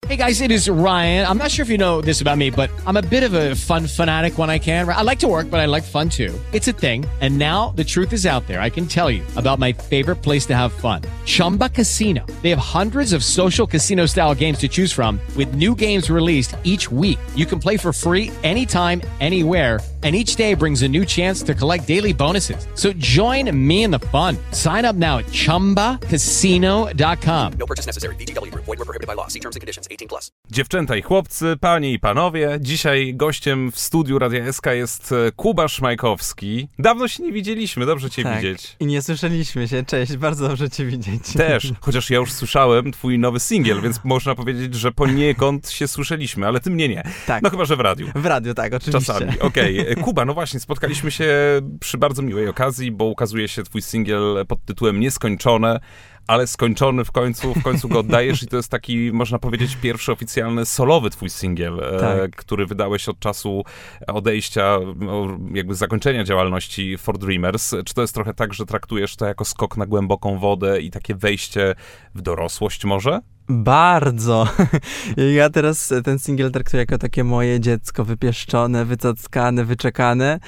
Hey guys, it is Ryan. I'm not sure if you know this about me, but I'm a bit of a fun fanatic when I can. I like to work, but I like fun too. It's a thing. And now the truth is out there. I can tell you about my favorite place to have fun. Chumba Casino. They have hundreds of social casino style games to choose from with new games released each week. You can play for free anytime, anywhere. And each day brings a new chance to collect daily bonuses. So join me in the fun. Sign up now at ChumbaCasino.com. No purchase necessary. VGW Group. Void where prohibited by law. See terms and conditions. 18+. Dziewczęta i chłopcy, panie i panowie, dzisiaj gościem w studiu Radia SK jest Kuba Szmajkowski. Dawno się nie widzieliśmy, dobrze cię widzieć. I nie słyszeliśmy się, cześć, bardzo dobrze cię widzieć. Też, chociaż ja już słyszałem twój nowy singiel, więc można powiedzieć, że poniekąd się słyszeliśmy, ale ty mnie nie. Tak. No chyba, że w radiu. W radiu, tak, oczywiście. Czasami, okej. Kuba, no właśnie, spotkaliśmy się przy bardzo miłej okazji, bo ukazuje się twój singiel pod tytułem Nieskończone, ale skończony w końcu go oddajesz i to jest taki, można powiedzieć, pierwszy oficjalny solowy twój singiel, który wydałeś od czasu odejścia, jakby zakończenia działalności For Dreamers. Czy to jest trochę tak, że traktujesz to jako skok na głęboką wodę i takie wejście w dorosłość może? Bardzo. Ja teraz ten singiel traktuję jako takie moje dziecko wypieszczone, wycackane, wyczekane,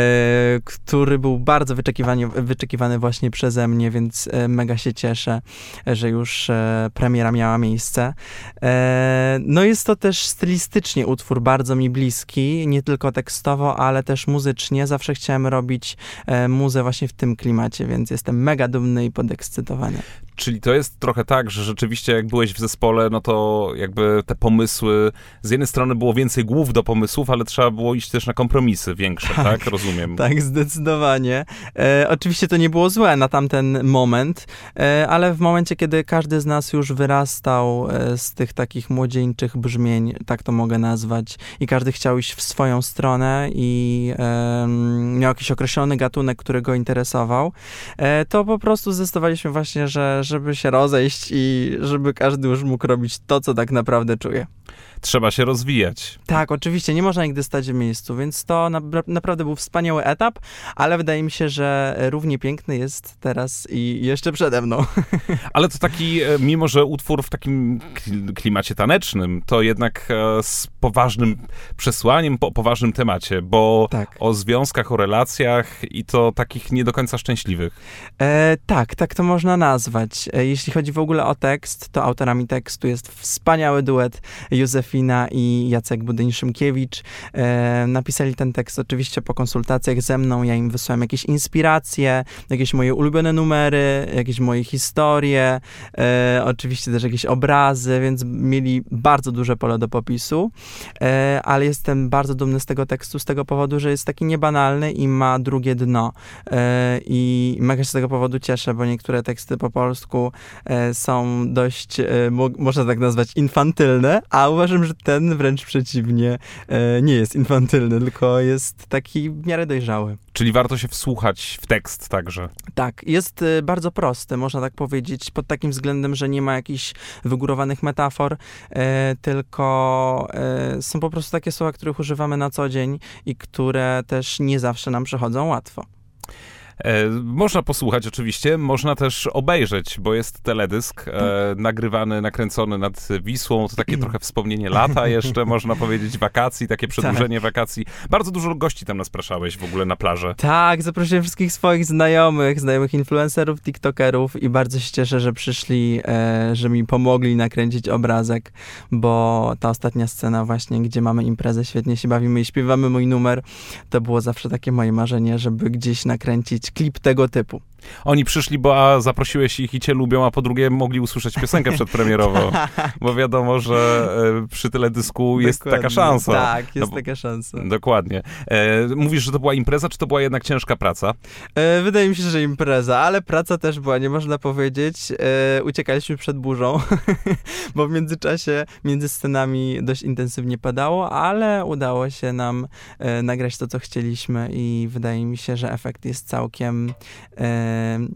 który był bardzo wyczekiwany właśnie przeze mnie, więc mega się cieszę, że już premiera miała miejsce. No jest to też stylistycznie utwór bardzo mi bliski, nie tylko tekstowo, ale też muzycznie. Zawsze chciałem robić muzę właśnie w tym klimacie, więc jestem mega dumny i podekscytowany. Czyli to jest trochę tak, że rzeczywiście jak byłeś w zespole, no to jakby te pomysły, z jednej strony było więcej głów do pomysłów, ale trzeba było iść też na kompromisy większe, tak? Rozumiem. Tak, zdecydowanie. Oczywiście to nie było złe na tamten moment, ale w momencie, kiedy każdy z nas już wyrastał z tych takich młodzieńczych brzmień, tak to mogę nazwać, i każdy chciał iść w swoją stronę i miał jakiś określony gatunek, który go interesował, to po prostu zdecydowaliśmy właśnie, żeby się rozejść i żeby każdy już mógł robić to, co tak naprawdę czuje. Trzeba się rozwijać. Tak, oczywiście, nie można nigdy stać w miejscu, więc to naprawdę był wspaniały etap, ale wydaje mi się, że równie piękny jest teraz i jeszcze przede mną. Ale to taki, mimo że utwór w takim klimacie tanecznym, to jednak z poważnym przesłaniem, po poważnym temacie, bo tak. O związkach, o relacjach i to takich nie do końca szczęśliwych. Tak to można nazwać. Jeśli chodzi w ogóle o tekst, to autorami tekstu jest wspaniały duet Józefina i Jacek Budyń-Szymkiewicz. Napisali ten tekst oczywiście po konsultacjach ze mną. Ja im wysłałem jakieś inspiracje, jakieś moje ulubione numery, jakieś moje historie, oczywiście też jakieś obrazy, więc mieli bardzo duże pole do popisu. Ale jestem bardzo dumny z tego tekstu z tego powodu, że jest taki niebanalny i ma drugie dno. I mega się z tego powodu cieszę, bo niektóre teksty po polsku są dość, można tak nazwać, infantylne, a uważam, że ten wręcz przeciwnie nie jest infantylny, tylko jest taki w miarę dojrzały. Czyli warto się wsłuchać w tekst także. Tak, jest bardzo prosty, można tak powiedzieć, pod takim względem, że nie ma jakichś wygórowanych metafor, tylko są po prostu takie słowa, których używamy na co dzień i które też nie zawsze nam przychodzą łatwo. Można posłuchać oczywiście, można też obejrzeć, bo jest teledysk nagrywany, nakręcony nad Wisłą, to takie trochę wspomnienie lata jeszcze, można powiedzieć, wakacji, takie przedłużenie wakacji. Bardzo dużo gości tam naspraszałeś w ogóle na plażę. Tak, zaprosiłem wszystkich swoich znajomych influencerów, tiktokerów i bardzo się cieszę, że przyszli, że mi pomogli nakręcić obrazek, bo ta ostatnia scena właśnie, gdzie mamy imprezę, świetnie się bawimy i śpiewamy mój numer, to było zawsze takie moje marzenie, żeby gdzieś nakręcić klip tego typu. Oni przyszli, bo zaprosiłeś ich i cię lubią, a po drugie mogli usłyszeć piosenkę przedpremierową, bo wiadomo, że przy teledysku jest taka szansa. Tak, jest taka szansa. Dokładnie. Mówisz, że to była impreza, czy to była jednak ciężka praca? Wydaje mi się, że impreza, ale praca też była, nie można powiedzieć. Uciekaliśmy przed burzą, bo w międzyczasie między scenami dość intensywnie padało, ale udało się nam nagrać to, co chcieliśmy i wydaje mi się, że efekt jest całkiem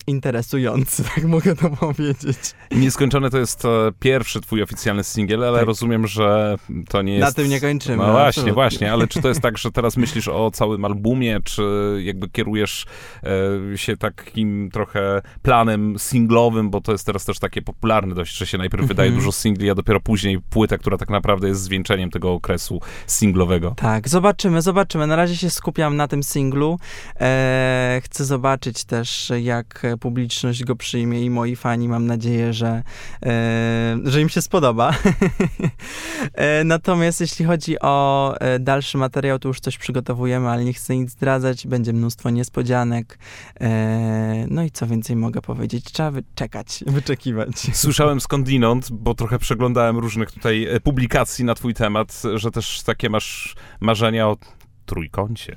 interesujący, tak mogę to powiedzieć. Nieskończone to jest pierwszy twój oficjalny singiel, ale Tak. rozumiem, że to nie jest... Na tym nie kończymy. No właśnie, absolutnie. właśnie, ale czy to jest tak, że teraz myślisz o całym albumie, czy jakby kierujesz się takim trochę planem singlowym, bo to jest teraz też takie popularne dość, że się najpierw wydaje dużo singli, a dopiero później płytę, która tak naprawdę jest zwieńczeniem tego okresu singlowego. Tak, zobaczymy. Na razie się skupiam na tym singlu. Chcę zobaczyć też, jak publiczność go przyjmie i moi fani, mam nadzieję, że im się spodoba. Natomiast jeśli chodzi o dalszy materiał, to już coś przygotowujemy, ale nie chcę nic zdradzać, będzie mnóstwo niespodzianek. No i co więcej mogę powiedzieć? Trzeba wyczekiwać. Słyszałem skądinąd, bo trochę przeglądałem różnych tutaj publikacji na twój temat, że też takie masz marzenia o trójkącie.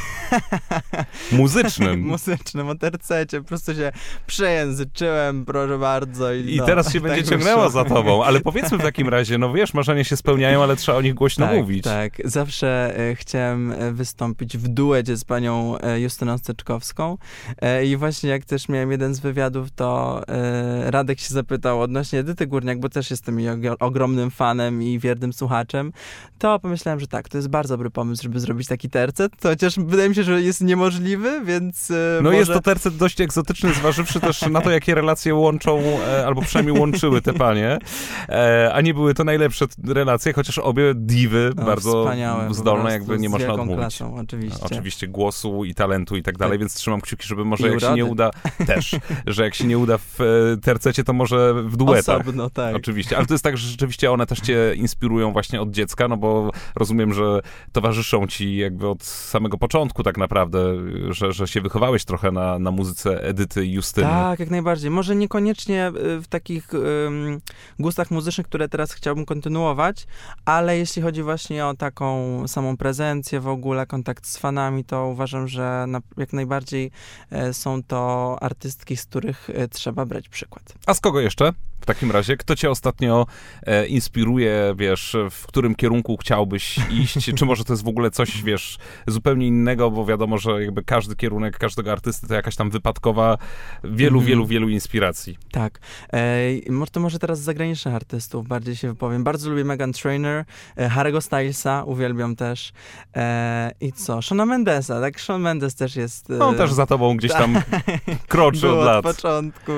Muzycznym. O tercecie. Po prostu się przejęzyczyłem, proszę bardzo. I teraz się będzie ciągnęło za tobą, ale powiedzmy w takim razie, no wiesz, marzenia się spełniają, ale trzeba o nich głośno mówić. Tak, zawsze chciałem wystąpić w duecie z panią Justyną Steczkowską i właśnie jak też miałem jeden z wywiadów, to Radek się zapytał odnośnie Edyty Górniak, bo też jestem jej ogromnym fanem i wiernym słuchaczem, to pomyślałem, że tak, to jest bardzo dobry pomysł, żeby zrobić taki tercet, chociaż wydaje mi się, że jest niemożliwy, więc No może... jest to tercet dość egzotyczny, zważywszy też na to, jakie relacje łączą, albo przynajmniej łączyły te panie, a nie były to najlepsze relacje, chociaż obie diwy, bardzo wspaniałe, zdolne, jakby nie można odmówić. Klasą, Oczywiście głosu i talentu i tak dalej, więc trzymam kciuki, żeby może I jak się nie uda, też, że jak się nie uda w tercecie, to może w duetach. Osobno, tak. Oczywiście, ale to jest tak, że rzeczywiście one też cię inspirują właśnie od dziecka, no bo rozumiem, że towarzyszą ci jakby od samego początku tak naprawdę, że się wychowałeś trochę na muzyce Edyty i Justyny. Tak, jak najbardziej. Może niekoniecznie w takich gustach muzycznych, które teraz chciałbym kontynuować, ale jeśli chodzi właśnie o taką samą prezencję w ogóle, kontakt z fanami, to uważam, że jak najbardziej są to artystki, z których trzeba brać przykład. A z kogo jeszcze? W takim razie, kto cię ostatnio inspiruje, wiesz, w którym kierunku chciałbyś iść? Czy może to jest w ogóle coś, wiesz, zupełnie innego, bo wiadomo, że jakby każdy kierunek każdego artysty to jakaś tam wypadkowa wielu inspiracji. Tak. To może teraz z zagranicznych artystów bardziej się wypowiem. Bardzo lubię Meghan Trainor, Harry'ego Stylesa, uwielbiam też. I co? Shawn Mendesa, tak? Shawn Mendes też jest... On też za tobą gdzieś tam kroczy od lat. Od początku,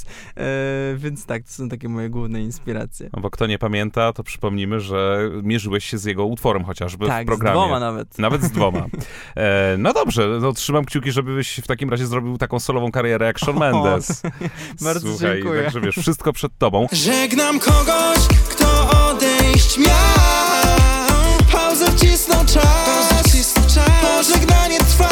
więc tak, to są takie moje główne inspiracje. No bo kto nie pamięta, to przypomnimy, że mierzyłeś się z jego utworem chociażby w programie. Tak, z 2 nawet. Nawet z 2. No dobrze, no trzymam kciuki, żebyś w takim razie zrobił taką solową karierę jak Shawn Mendes. Bardzo Słuchaj, dziękuję. Także wiesz, wszystko przed tobą. Żegnam kogoś, kto odejść miał. Pauzę wcisnął czas. Pożegnanie trwa.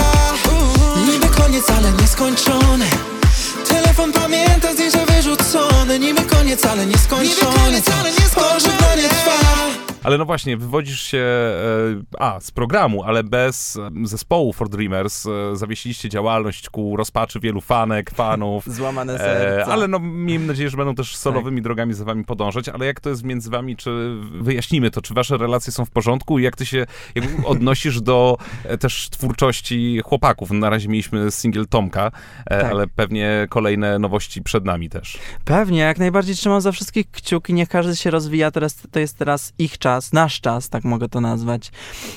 Niby koniec, ale nieskończony. Telefon pamięta zdjęcia wyrzucone. Niby koniec, ale nieskończony. Pożegnanie trwa. Ale no właśnie, wywodzisz się z programu, ale bez zespołu For Dreamers. Zawiesiliście działalność ku rozpaczy wielu fanów. Złamane serca. Ale no miejmy nadzieję, że będą też solowymi drogami za wami podążać. Ale jak to jest między wami? Czy wyjaśnimy to? Czy wasze relacje są w porządku? I jak ty się odnosisz do też twórczości chłopaków? Na razie mieliśmy singiel Tomka, ale pewnie kolejne nowości przed nami też. Pewnie, jak najbardziej trzymam za wszystkich kciuki. Niech każdy się rozwija. To jest teraz ich czas. Nasz czas, tak mogę to nazwać,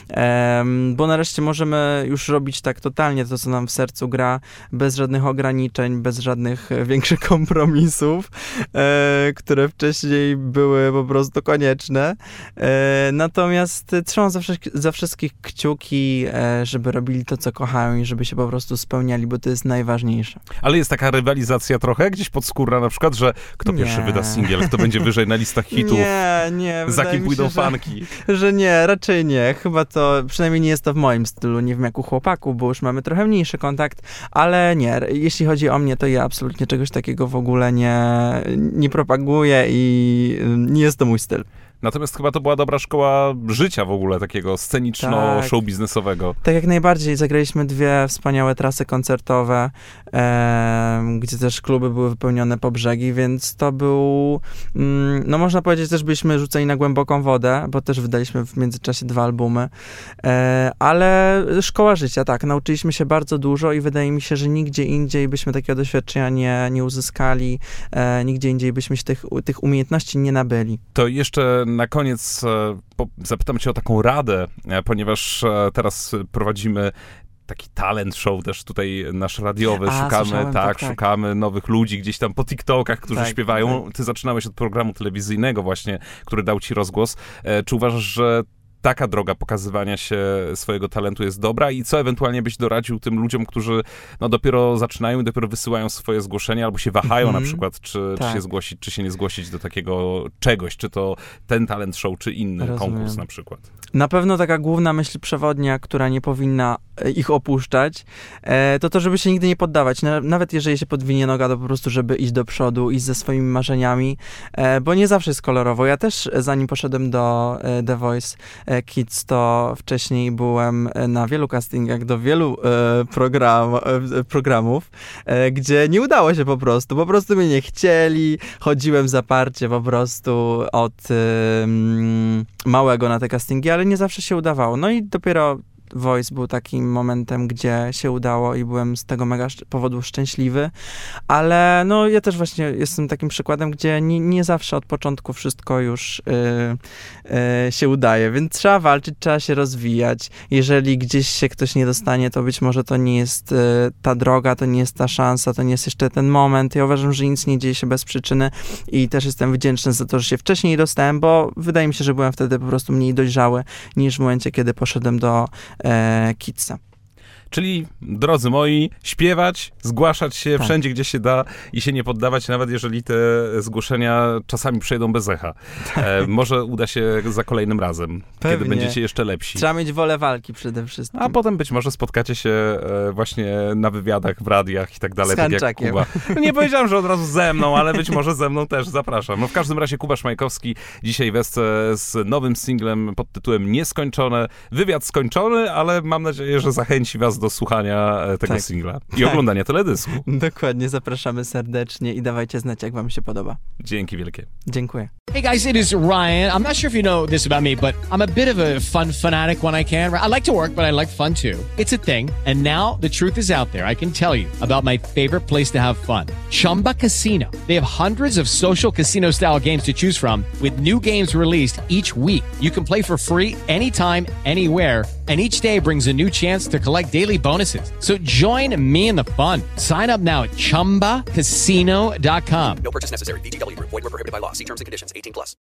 bo nareszcie możemy już robić tak totalnie to, co nam w sercu gra, bez żadnych ograniczeń, bez żadnych większych kompromisów, które wcześniej były po prostu konieczne. Natomiast trzymam za wszystkich kciuki, żeby robili to, co kochają i żeby się po prostu spełniali, bo to jest najważniejsze. Ale jest taka rywalizacja trochę gdzieś podskórna na przykład, że kto pierwszy wyda singiel, kto będzie wyżej na listach hitów, nie, za kim pójdą fanki. Że nie, raczej nie. Chyba to, przynajmniej nie jest to w moim stylu, nie wiem jak u chłopaków, bo już mamy trochę mniejszy kontakt, ale nie, jeśli chodzi o mnie, to ja absolutnie czegoś takiego w ogóle nie propaguję i nie jest to mój styl. Natomiast chyba to była dobra szkoła życia w ogóle, takiego sceniczno-show-biznesowego. Tak, jak najbardziej. Zagraliśmy 2 wspaniałe trasy koncertowe, gdzie też kluby były wypełnione po brzegi, więc to był, no można powiedzieć, też byliśmy rzuceni na głęboką wodę, płytę, bo też wydaliśmy w międzyczasie 2 albumy, ale szkoła życia, tak, nauczyliśmy się bardzo dużo i wydaje mi się, że nigdzie indziej byśmy takiego doświadczenia nie uzyskali, nigdzie indziej byśmy się tych umiejętności nie nabyli. To jeszcze na koniec zapytam cię o taką radę, ponieważ teraz prowadzimy taki talent show też tutaj nasz radiowy, szukamy nowych ludzi gdzieś tam po TikTokach, którzy śpiewają. Ty zaczynałeś od programu telewizyjnego właśnie, który dał ci rozgłos. Czy uważasz, że taka droga pokazywania się swojego talentu jest dobra i co ewentualnie byś doradził tym ludziom, którzy dopiero zaczynają i dopiero wysyłają swoje zgłoszenia albo się wahają na przykład, czy się zgłosić, czy się nie zgłosić do takiego czegoś, czy to ten talent show, czy inny konkurs na przykład? Na pewno taka główna myśl przewodnia, która nie powinna ich opuszczać, to żeby się nigdy nie poddawać. Nawet jeżeli się podwinie noga, to po prostu, żeby iść do przodu, iść ze swoimi marzeniami, bo nie zawsze jest kolorowo. Ja też, zanim poszedłem do The Voice Kids, to wcześniej byłem na wielu castingach do wielu programów, gdzie nie udało się po prostu mnie nie chcieli, chodziłem zaparcie po prostu od małego na te castingi, ale nie zawsze się udawało. No i dopiero Voice był takim momentem, gdzie się udało i byłem z tego mega powodu szczęśliwy, ale no ja też właśnie jestem takim przykładem, gdzie nie zawsze od początku wszystko już się udaje, więc trzeba walczyć, trzeba się rozwijać. Jeżeli gdzieś się ktoś nie dostanie, to być może to nie jest ta droga, to nie jest ta szansa, to nie jest jeszcze ten moment. Ja uważam, że nic nie dzieje się bez przyczyny i też jestem wdzięczny za to, że się wcześniej dostałem, bo wydaje mi się, że byłem wtedy po prostu mniej dojrzały niż w momencie, kiedy poszedłem do Kidsa. Czyli, drodzy moi, śpiewać, zgłaszać się wszędzie, gdzie się da i się nie poddawać, nawet jeżeli te zgłoszenia czasami przejdą bez echa. Może uda się za kolejnym razem, kiedy będziecie jeszcze lepsi. Trzeba mieć wolę walki przede wszystkim. A potem być może spotkacie się właśnie na wywiadach, w radiach i tak dalej. Z Hanczakiem. Tak jak Kuba. No nie powiedziałem, że od razu ze mną, ale być może ze mną też zapraszam. No w każdym razie Kuba Szmajkowski dzisiaj w SC z nowym singlem pod tytułem Nieskończone. Wywiad skończony, ale mam nadzieję, że zachęci was do słuchania tego singla i oglądania teledysku. Dokładnie, zapraszamy serdecznie i dawajcie znać, jak wam się podoba. Dzięki wielkie. Dziękuję. Hey guys, it is Ryan. I'm not sure if you know this about me, but I'm a bit of a fun fanatic when I can. I like to work, but I like fun too. It's a thing. And now the truth is out there. I can tell you about my favorite place to have fun. Chumba Casino. They have hundreds of social casino style games to choose from with new games released each week. You can play for free anytime, anywhere. And each day brings a new chance to collect daily bonuses. So join me in the fun. Sign up now at ChumbaCasino.com. No purchase necessary. VGW Group. Void where prohibited by law. See terms and conditions. 18+.